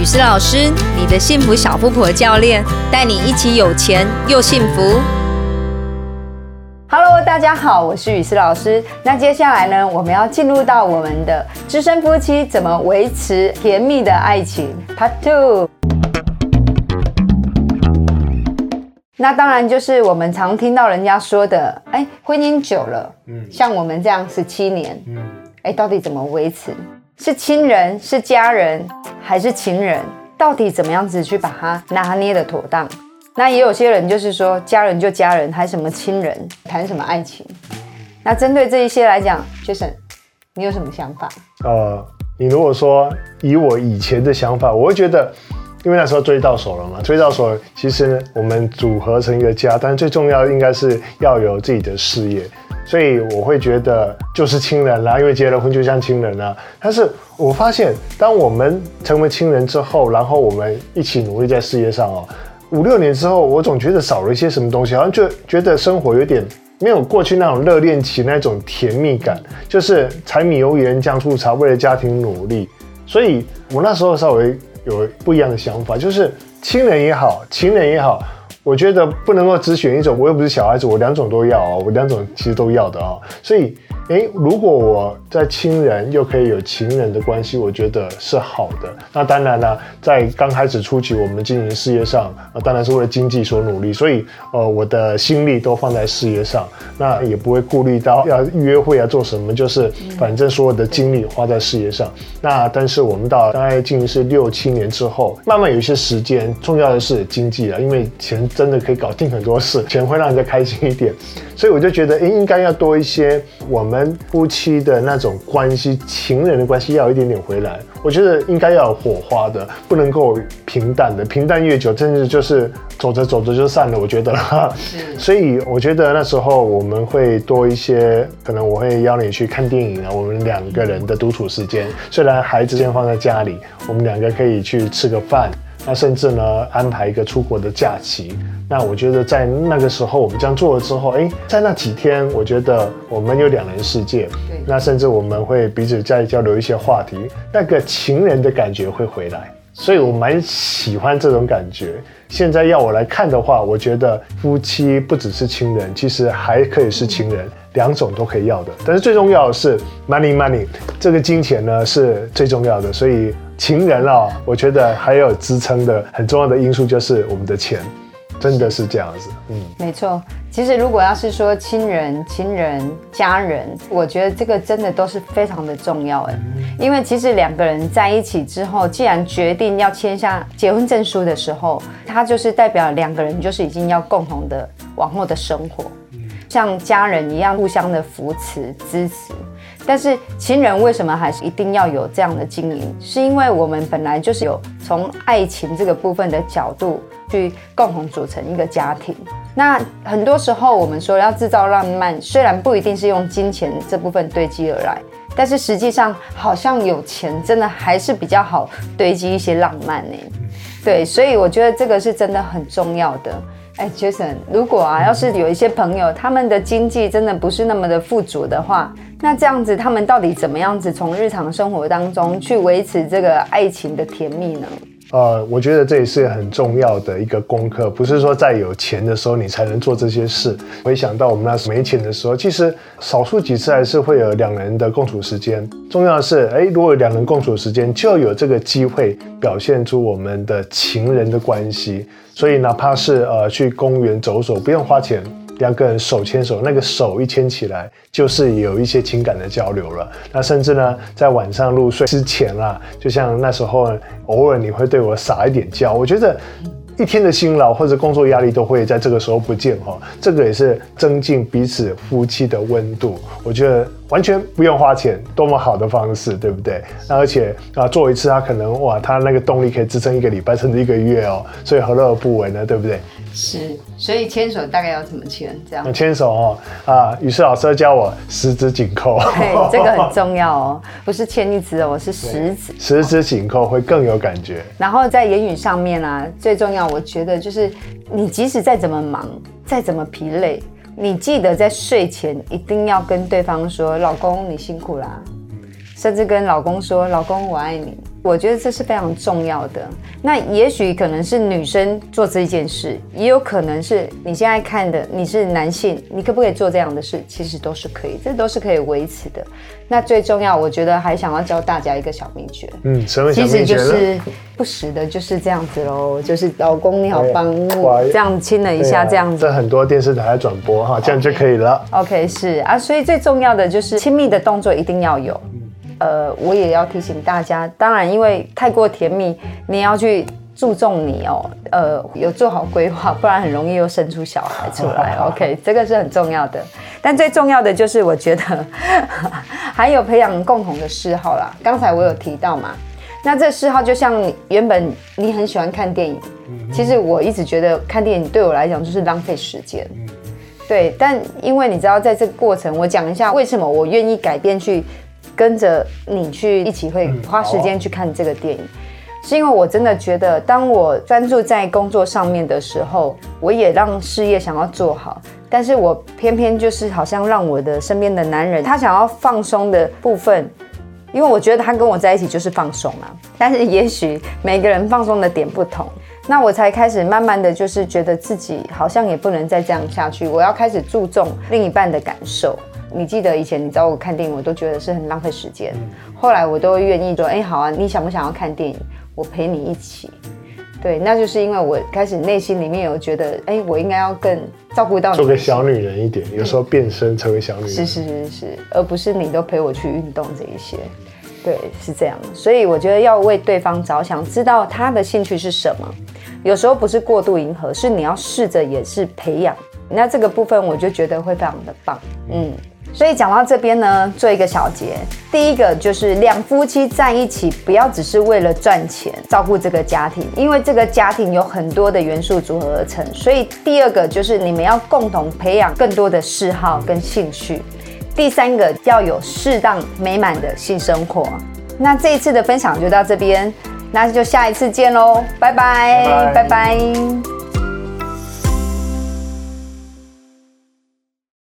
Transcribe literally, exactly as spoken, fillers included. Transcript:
雨诗老师，你的幸福小富婆教练，带你一起有钱又幸福。 Hello， 大家好，我是雨诗老师。那接下来呢，我们要进入到我们的资深夫妻怎么维持甜蜜的爱情 Part Two。那当然就是我们常听到人家说的，哎，婚姻久了，嗯，像我们这样十七年，嗯，哎，到底怎么维持？是亲人，是家人，还是情人？到底怎么样子去把它拿捏的妥当？那也有些人就是说，家人就家人，还什么亲人，谈什么爱情？那针对这一些来讲 ，Jason， 你有什么想法？ 呃，你如果说以我以前的想法，我会觉得，因为那时候追到手了嘛，追到手，其实呢，我们组合成一个家，但最重要的应该是要有自己的事业。所以我会觉得就是亲人啦，因为结了婚就像亲人啦。但是我发现，当我们成为亲人之后，然后我们一起努力在事业上哦，五六年之后，我总觉得少了一些什么东西，好像就觉得生活有点没有过去那种热恋期那种甜蜜感，就是柴米油盐酱醋茶，为了家庭努力。所以我那时候稍微有不一样的想法，就是亲人也好，情人也好。我觉得不能够只选一种，我又不是小孩子，我两种都要哦，我两种其实都要的哦。所以，诶，如果我在亲人又可以有情人的关系，我觉得是好的。那当然了，在刚开始初期我们经营事业上，呃，当然是为了经济所努力，所以呃，我的心力都放在事业上，那也不会顾虑到要约会啊做什么，就是反正所有的精力花在事业上。那但是我们到大概经营是六七年之后，慢慢有一些时间，重要的是经济啊，因为钱真的可以搞定很多事，钱会让人家开心一点，所以我就觉得，哎，应该要多一些我们夫妻的那种关系，情人的关系要有一点点回来。我觉得应该要有火花的，不能够平淡的，平淡越久，真的就是走着走着就散了。我觉得，所以我觉得那时候我们会多一些，可能我会邀你去看电影啊，我们两个人的独处时间，虽然孩子先放在家里，我们两个可以去吃个饭。那甚至呢，安排一个出国的假期。那我觉得在那个时候，我们这样做了之后，哎，在那几天，我觉得我们有两人世界。对。那甚至我们会彼此再交流一些话题，那个情人的感觉会回来。所以我蛮喜欢这种感觉。现在要我来看的话，我觉得夫妻不只是亲人，其实还可以是情人，两种都可以要的。但是最重要的是 money money， 这个金钱呢是最重要的。所以情人啊、哦，我觉得还有支撑的很重要的因素就是我们的钱，真的是这样子。嗯， 没错。其实如果要是说亲人、亲人、家人，我觉得这个真的都是非常的重要哎，因为其实两个人在一起之后，既然决定要签下结婚证书的时候，它就是代表两个人就是已经要共同的往后的生活，像家人一样互相的扶持、支持。但是情人为什么还是一定要有这样的经营？是因为我们本来就是有从爱情这个部分的角度去共同组成一个家庭。那很多时候我们说要制造浪漫，虽然不一定是用金钱这部分堆积而来，但是实际上好像有钱真的还是比较好堆积一些浪漫呢。对，所以我觉得这个是真的很重要的。哎 ，Jason， 如果啊，要是有一些朋友，他们的经济真的不是那么的富足的话，那这样子他们到底怎么样子从日常生活当中去维持这个爱情的甜蜜呢？ 呃，我觉得这也是很重要的一个功课，不是说在有钱的时候你才能做这些事。回想到我们那时没钱的时候，其实少数几次还是会有两人的共处时间。重要的是，哎，如果有两人共处时间，就有这个机会表现出我们的情人的关系。所以哪怕是呃去公园走走，不用花钱。两个人手牵手，那个手一牵起来，就是有一些情感的交流了。那甚至呢，在晚上入睡之前啦，就像那时候，偶尔你会对我撒一点娇，我觉得一天的辛劳或者工作压力都会在这个时候不见哈。这个也是增进彼此夫妻的温度。我觉得完全不用花钱，多么好的方式，对不对？那而且啊，做一次他可能哇，他那个动力可以支撑一个礼拜甚至一个月哦，所以何乐而不为呢？对不对？ 是，所以牵手大概要怎么牵？这样牵手哦啊，于是老师教我十指紧扣， 对，这个很重要哦，不是牵一只哦，是十指， 十指紧扣会更有感觉。 然后在言语上面啊，最重要，我觉得就是你即使再怎么忙，再怎么疲累，你记得在睡前一定要跟对方说：“老公，你辛苦啦。” 甚至跟老公说老公我爱你，我觉得这是非常重要的。那也许可能是女生做这件事，也有可能是你现在看的你是男性，你可不可以做这样的事，其实都是可以，这都是可以维持的。那最重要我觉得还想要教大家一个小秘诀， 嗯，什么小秘诀呢？ 其实就是不时的就是这样子咯，就是老公你好帮我这样亲了一下，这样子， 这很多电视台在转播哈，这样就可以了。 OK 是啊，所以最重要的就是亲密的动作一定要有。呃，我也要提醒大家，当然因为太过甜蜜，你要去注重你哦，呃，有做好规划，不然很容易又生出小孩出来。OK， 这个是很重要的。但最重要的就是，我觉得还有培养共同的嗜好啦。刚才我有提到嘛，那这嗜好就像你原本你很喜欢看电影，其实我一直觉得看电影对我来讲就是浪费时间。对，但因为你知道，在这个过程，我讲一下为什么我愿意改变去。跟着你去一起会花时间去看这个电影，嗯哦、是因为我真的觉得，当我专注在工作上面的时候，我也让事业想要做好，但是我偏偏就是好像让我的身边的男人，他想要放松的部分，因为我觉得他跟我在一起就是放松啊，但是也许每个人放松的点不同，那我才开始慢慢的就是觉得自己好像也不能再这样下去，我要开始注重另一半的感受。你记得以前你找我看电影，我都觉得是很浪费时间。后来我都会愿意说，哎、欸，好啊，你想不想要看电影？我陪你一起。对，那就是因为我开始内心里面有觉得，哎、欸，我应该要更照顾到你， 做个小女人一点，有时候变身成为小女人。 是是是是，而不是你都陪我去运动这一些。对，是这样。所以我觉得要为对方着想，知道他的兴趣是什么。有时候不是过度迎合，是你要试着也是培养。那这个部分我就觉得会非常的棒。嗯。所以讲到这边呢，做一个小结。第一个就是两夫妻在一起，不要只是为了赚钱照顾这个家庭，因为这个家庭有很多的元素组合而成。所以第二个就是你们要共同培养更多的嗜好跟兴趣。第三个要有适当美满的性生活。那这一次的分享就到这边，那就下一次见喽，拜拜，拜拜。拜拜。